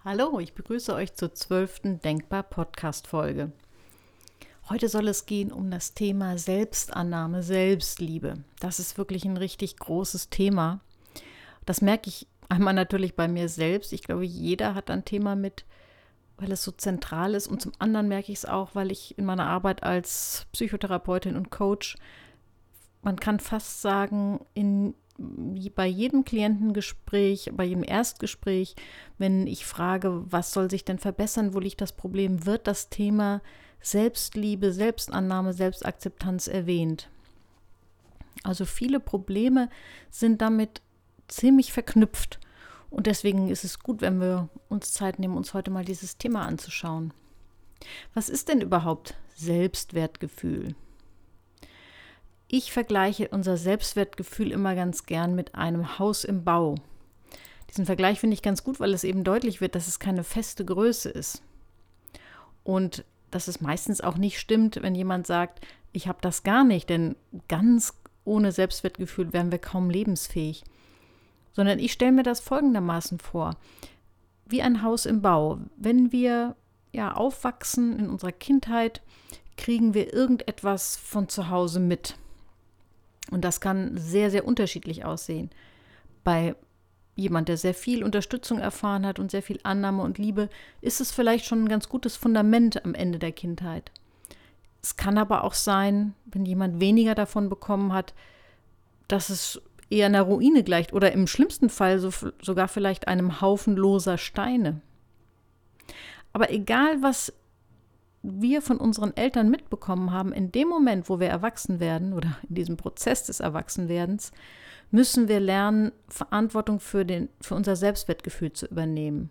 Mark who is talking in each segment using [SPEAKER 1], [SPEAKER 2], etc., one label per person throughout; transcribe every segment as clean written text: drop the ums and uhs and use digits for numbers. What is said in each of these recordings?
[SPEAKER 1] Hallo, ich begrüße euch zur 12. Denkbar-Podcast-Folge. Heute soll es gehen um das Thema Selbstannahme, Selbstliebe. Das ist wirklich ein richtig großes Thema. Das merke ich einmal natürlich bei mir selbst. Ich glaube, jeder hat ein Thema mit, weil es so zentral ist. Und zum anderen merke ich es auch, weil ich in meiner Arbeit als Psychotherapeutin und Coach, man kann fast sagen, bei jedem Klientengespräch, bei jedem Erstgespräch, wenn ich frage, was soll sich denn verbessern, wo liegt das Problem, wird das Thema Selbstliebe, Selbstannahme, Selbstakzeptanz erwähnt. Also viele Probleme sind damit ziemlich verknüpft. Und deswegen ist es gut, wenn wir uns Zeit nehmen, uns heute mal dieses Thema anzuschauen. Was ist denn überhaupt Selbstwertgefühl? Ich vergleiche unser Selbstwertgefühl immer ganz gern mit einem Haus im Bau. Diesen Vergleich finde ich ganz gut, weil es eben deutlich wird, dass es keine feste Größe ist. Und dass es meistens auch nicht stimmt, wenn jemand sagt, ich habe das gar nicht, denn ganz ohne Selbstwertgefühl wären wir kaum lebensfähig. Sondern ich stelle mir das folgendermaßen vor, wie ein Haus im Bau. Wenn wir aufwachsen in unserer Kindheit, kriegen wir irgendetwas von zu Hause mit. Und das kann sehr, sehr unterschiedlich aussehen. Bei jemand, der sehr viel Unterstützung erfahren hat und sehr viel Annahme und Liebe, ist es vielleicht schon ein ganz gutes Fundament am Ende der Kindheit. Es kann aber auch sein, wenn jemand weniger davon bekommen hat, dass es eher einer Ruine gleicht oder im schlimmsten Fall sogar vielleicht einem Haufen loser Steine. Aber egal, was wir von unseren Eltern mitbekommen haben, in dem Moment, wo wir erwachsen werden oder in diesem Prozess des Erwachsenwerdens, müssen wir lernen, Verantwortung für unser Selbstwertgefühl zu übernehmen.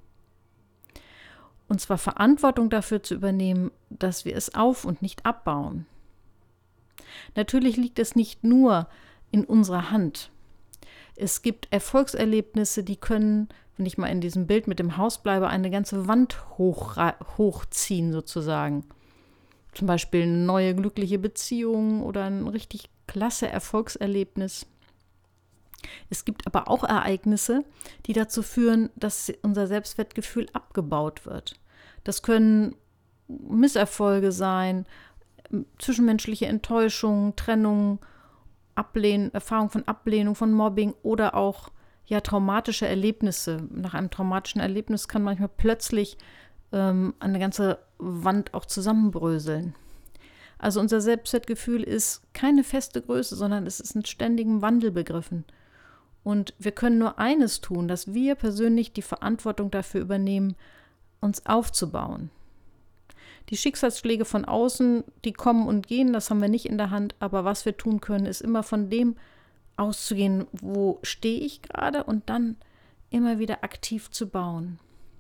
[SPEAKER 1] Und zwar Verantwortung dafür zu übernehmen, dass wir es auf- und nicht abbauen. Natürlich liegt es nicht nur in unserer Hand. Es gibt Erfolgserlebnisse, die können, wenn ich mal in diesem Bild mit dem Haus bleibe, eine ganze Wand hochziehen sozusagen. Zum Beispiel eine neue glückliche Beziehung oder ein richtig klasse Erfolgserlebnis. Es gibt aber auch Ereignisse, die dazu führen, dass unser Selbstwertgefühl abgebaut wird. Das können Misserfolge sein, zwischenmenschliche Enttäuschungen, Trennungen, Erfahrung von Ablehnung, von Mobbing oder auch traumatische Erlebnisse. Nach einem traumatischen Erlebnis kann manchmal plötzlich eine ganze Wand auch zusammenbröseln. Also unser Selbstwertgefühl ist keine feste Größe, sondern es ist in ständigem Wandel begriffen. Und wir können nur eines tun, dass wir persönlich die Verantwortung dafür übernehmen, uns aufzubauen. Die Schicksalsschläge von außen, die kommen und gehen, das haben wir nicht in der Hand. Aber was wir tun können, ist immer von dem auszugehen, wo stehe ich gerade und dann immer wieder aktiv zu bauen.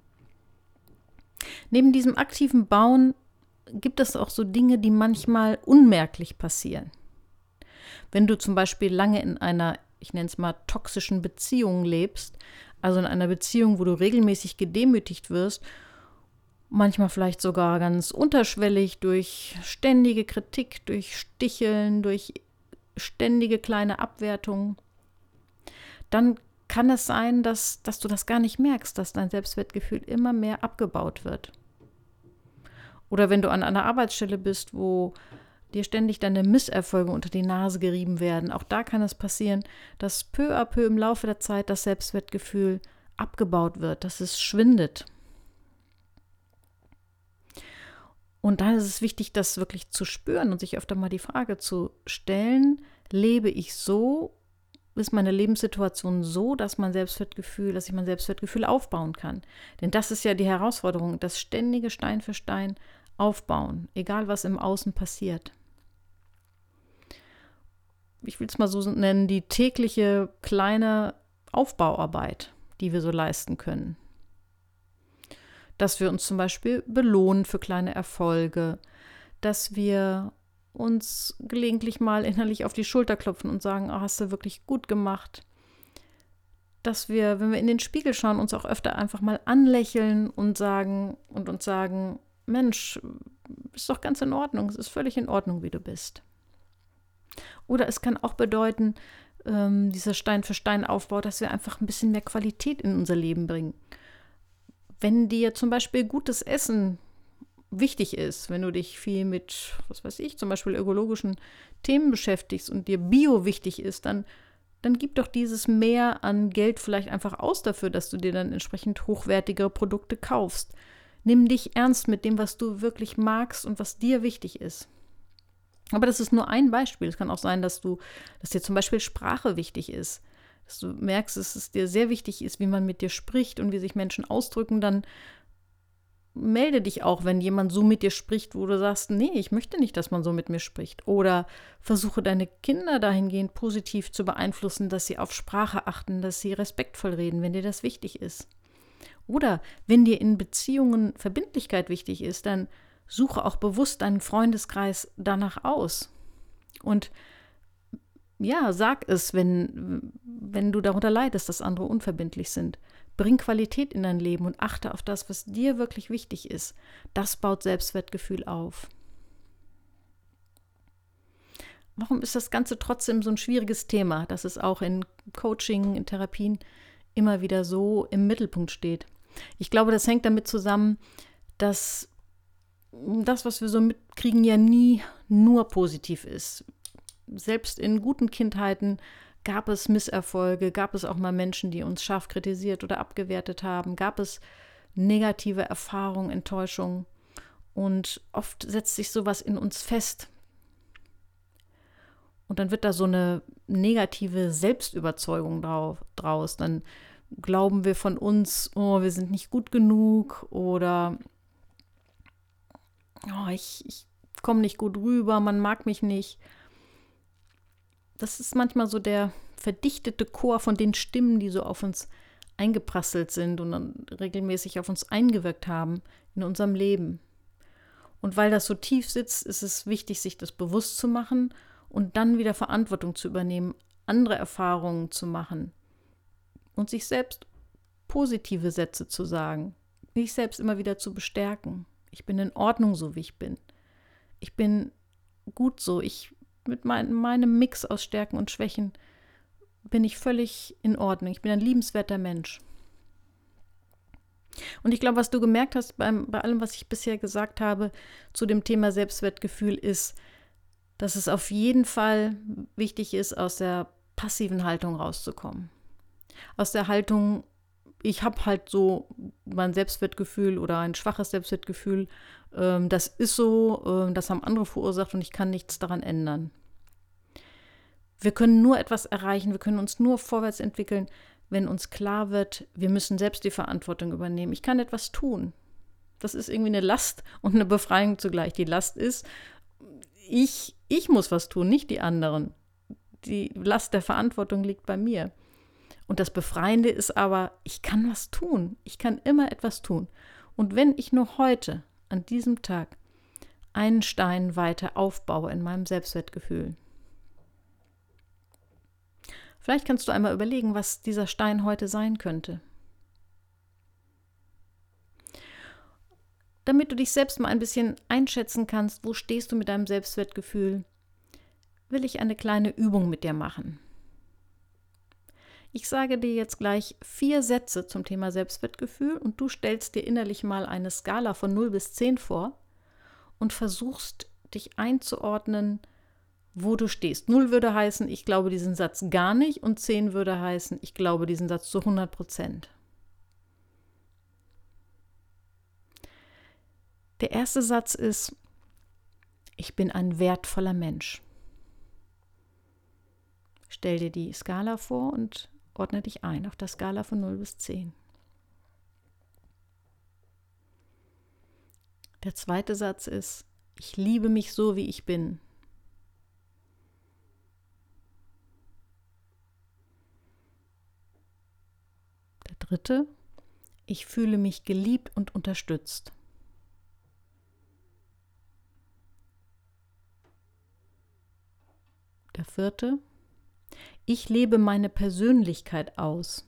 [SPEAKER 1] Neben diesem aktiven Bauen gibt es auch so Dinge, die manchmal unmerklich passieren. Wenn du zum Beispiel lange in einer, ich nenne es mal, toxischen Beziehung lebst, also in einer Beziehung, wo du regelmäßig gedemütigt wirst, manchmal vielleicht sogar ganz unterschwellig durch ständige Kritik, durch Sticheln, durch ständige kleine Abwertungen, dann kann es sein, dass du das gar nicht merkst, dass dein Selbstwertgefühl immer mehr abgebaut wird. Oder wenn du an einer Arbeitsstelle bist, wo dir ständig deine Misserfolge unter die Nase gerieben werden, auch da kann es passieren, dass peu à peu im Laufe der Zeit das Selbstwertgefühl abgebaut wird, dass es schwindet. Und dann ist es wichtig, das wirklich zu spüren und sich öfter mal die Frage zu stellen, lebe ich so, ist meine Lebenssituation so, dass ich mein Selbstwertgefühl aufbauen kann. Denn das ist ja die Herausforderung, das ständige Stein für Stein aufbauen, egal was im Außen passiert. Ich will es mal so nennen, die tägliche kleine Aufbauarbeit, die wir so leisten können. Dass wir uns zum Beispiel belohnen für kleine Erfolge, dass wir uns gelegentlich mal innerlich auf die Schulter klopfen und sagen, oh, hast du wirklich gut gemacht. Dass wir, wenn wir in den Spiegel schauen, uns auch öfter einfach mal anlächeln und uns sagen, Mensch, ist doch ganz in Ordnung, es ist völlig in Ordnung, wie du bist. Oder es kann auch bedeuten, dieser Stein-für-Stein-Aufbau, dass wir einfach ein bisschen mehr Qualität in unser Leben bringen. Wenn dir zum Beispiel gutes Essen wichtig ist, wenn du dich viel mit, was weiß ich, zum Beispiel ökologischen Themen beschäftigst und dir Bio wichtig ist, dann gib doch dieses Mehr an Geld vielleicht einfach aus dafür, dass du dir dann entsprechend hochwertigere Produkte kaufst. Nimm dich ernst mit dem, was du wirklich magst und was dir wichtig ist. Aber das ist nur ein Beispiel. Es kann auch sein, dass dir zum Beispiel Sprache wichtig ist. Dass du merkst, dass es dir sehr wichtig ist, wie man mit dir spricht und wie sich Menschen ausdrücken, dann melde dich auch, wenn jemand so mit dir spricht, wo du sagst, nee, ich möchte nicht, dass man so mit mir spricht. Oder versuche deine Kinder dahingehend positiv zu beeinflussen, dass sie auf Sprache achten, dass sie respektvoll reden, wenn dir das wichtig ist. Oder wenn dir in Beziehungen Verbindlichkeit wichtig ist, dann suche auch bewusst deinen Freundeskreis danach aus. Und ja, sag es, wenn du darunter leidest, dass andere unverbindlich sind. Bring Qualität in dein Leben und achte auf das, was dir wirklich wichtig ist. Das baut Selbstwertgefühl auf. Warum ist das Ganze trotzdem so ein schwieriges Thema, dass es auch in Coaching, in Therapien immer wieder so im Mittelpunkt steht? Ich glaube, das hängt damit zusammen, dass das, was wir so mitkriegen, ja nie nur positiv ist. Selbst in guten Kindheiten gab es Misserfolge, gab es auch mal Menschen, die uns scharf kritisiert oder abgewertet haben, gab es negative Erfahrungen, Enttäuschungen und oft setzt sich sowas in uns fest. Und dann wird da so eine negative Selbstüberzeugung draus. Dann glauben wir von uns, oh, wir sind nicht gut genug oder oh, ich komme nicht gut rüber, man mag mich nicht. Das ist manchmal so der verdichtete Chor von den Stimmen, die so auf uns eingeprasselt sind und dann regelmäßig auf uns eingewirkt haben in unserem Leben. Und weil das so tief sitzt, ist es wichtig, sich das bewusst zu machen und dann wieder Verantwortung zu übernehmen, andere Erfahrungen zu machen und sich selbst positive Sätze zu sagen, sich selbst immer wieder zu bestärken. Ich bin in Ordnung, so wie ich bin. Ich bin gut so. Mit meinem Mix aus Stärken und Schwächen bin ich völlig in Ordnung. Ich bin ein liebenswerter Mensch. Und ich glaube, was du gemerkt hast bei allem, was ich bisher gesagt habe zu dem Thema Selbstwertgefühl, ist, dass es auf jeden Fall wichtig ist, aus der passiven Haltung rauszukommen. Aus der Haltung, ich habe halt so mein Selbstwertgefühl oder ein schwaches Selbstwertgefühl, das ist so, das haben andere verursacht und ich kann nichts daran ändern. Wir können nur etwas erreichen, wir können uns nur vorwärts entwickeln, wenn uns klar wird, wir müssen selbst die Verantwortung übernehmen. Ich kann etwas tun. Das ist irgendwie eine Last und eine Befreiung zugleich. Die Last ist, ich muss was tun, nicht die anderen. Die Last der Verantwortung liegt bei mir. Und das Befreiende ist aber, ich kann was tun. Ich kann immer etwas tun. Und wenn ich nur heute, an diesem Tag, einen Stein weiter aufbaue in meinem Selbstwertgefühl. Vielleicht kannst du einmal überlegen, was dieser Stein heute sein könnte. Damit du dich selbst mal ein bisschen einschätzen kannst, wo stehst du mit deinem Selbstwertgefühl, will ich eine kleine Übung mit dir machen. Ich sage dir jetzt gleich 4 Sätze zum Thema Selbstwertgefühl und du stellst dir innerlich mal eine Skala von 0 bis 10 vor und versuchst, dich einzuordnen, wo du stehst. 0 würde heißen, ich glaube diesen Satz gar nicht und 10 würde heißen, ich glaube diesen Satz zu 100%. Der erste Satz ist, ich bin ein wertvoller Mensch. Stell dir die Skala vor und ordne dich ein auf der Skala von 0 bis 10. Der zweite Satz ist, ich liebe mich so, wie ich bin. Der dritte, ich fühle mich geliebt und unterstützt. Der vierte, ich lebe meine Persönlichkeit aus.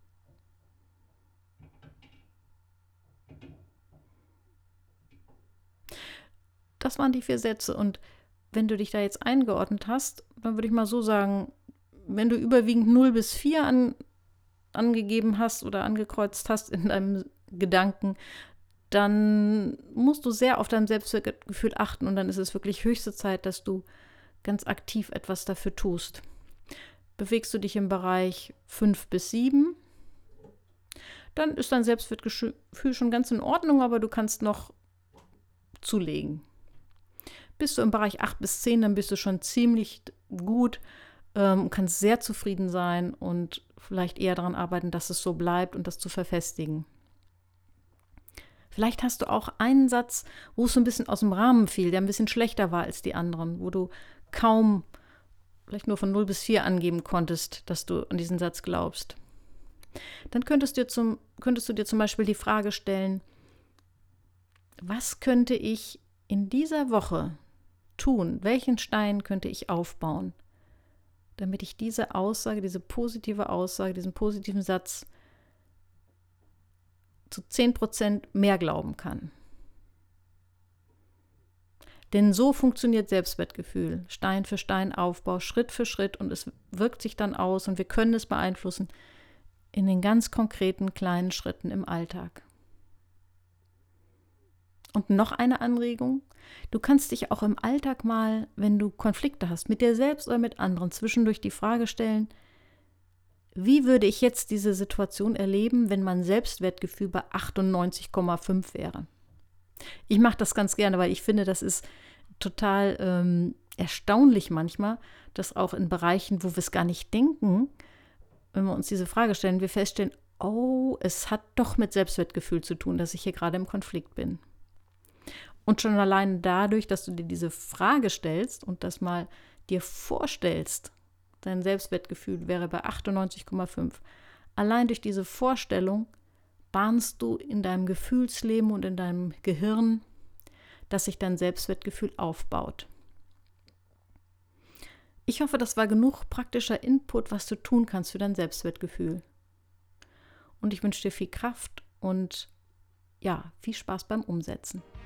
[SPEAKER 1] Das waren die 4 Sätze und wenn du dich da jetzt eingeordnet hast, dann würde ich mal so sagen, wenn du überwiegend 0 bis 4 angegeben hast oder angekreuzt hast in deinem Gedanken, dann musst du sehr auf dein Selbstwertgefühl achten und dann ist es wirklich höchste Zeit, dass du ganz aktiv etwas dafür tust. Bewegst du dich im Bereich 5 bis 7, dann ist dein Selbstwertgefühl schon ganz in Ordnung, aber du kannst noch zulegen. Bist du im Bereich 8 bis 10, dann bist du schon ziemlich gut, kannst sehr zufrieden sein und vielleicht eher daran arbeiten, dass es so bleibt und das zu verfestigen. Vielleicht hast du auch einen Satz, wo es so ein bisschen aus dem Rahmen fiel, der ein bisschen schlechter war als die anderen, wo du kaum, vielleicht nur von 0 bis 4 angeben konntest, dass du an diesen Satz glaubst. Dann könntest du dir zum Beispiel die Frage stellen, was könnte ich in dieser Woche tun? Welchen Stein könnte ich aufbauen, damit ich diese Aussage, diese positive Aussage, diesen positiven Satz zu 10% mehr glauben kann. Denn so funktioniert Selbstwertgefühl. Stein für Stein Aufbau, Schritt für Schritt und es wirkt sich dann aus und wir können es beeinflussen in den ganz konkreten kleinen Schritten im Alltag. Und noch eine Anregung, du kannst dich auch im Alltag mal, wenn du Konflikte hast, mit dir selbst oder mit anderen, zwischendurch die Frage stellen, wie würde ich jetzt diese Situation erleben, wenn mein Selbstwertgefühl bei 98,5 wäre? Ich mache das ganz gerne, weil ich finde, das ist total erstaunlich manchmal, dass auch in Bereichen, wo wir es gar nicht denken, wenn wir uns diese Frage stellen, wir feststellen, oh, es hat doch mit Selbstwertgefühl zu tun, dass ich hier gerade im Konflikt bin. Und schon allein dadurch, dass du dir diese Frage stellst und das mal dir vorstellst, dein Selbstwertgefühl wäre bei 98,5. Allein durch diese Vorstellung bahnst du in deinem Gefühlsleben und in deinem Gehirn, dass sich dein Selbstwertgefühl aufbaut. Ich hoffe, das war genug praktischer Input, was du tun kannst für dein Selbstwertgefühl. Und ich wünsche dir viel Kraft und ja, viel Spaß beim Umsetzen.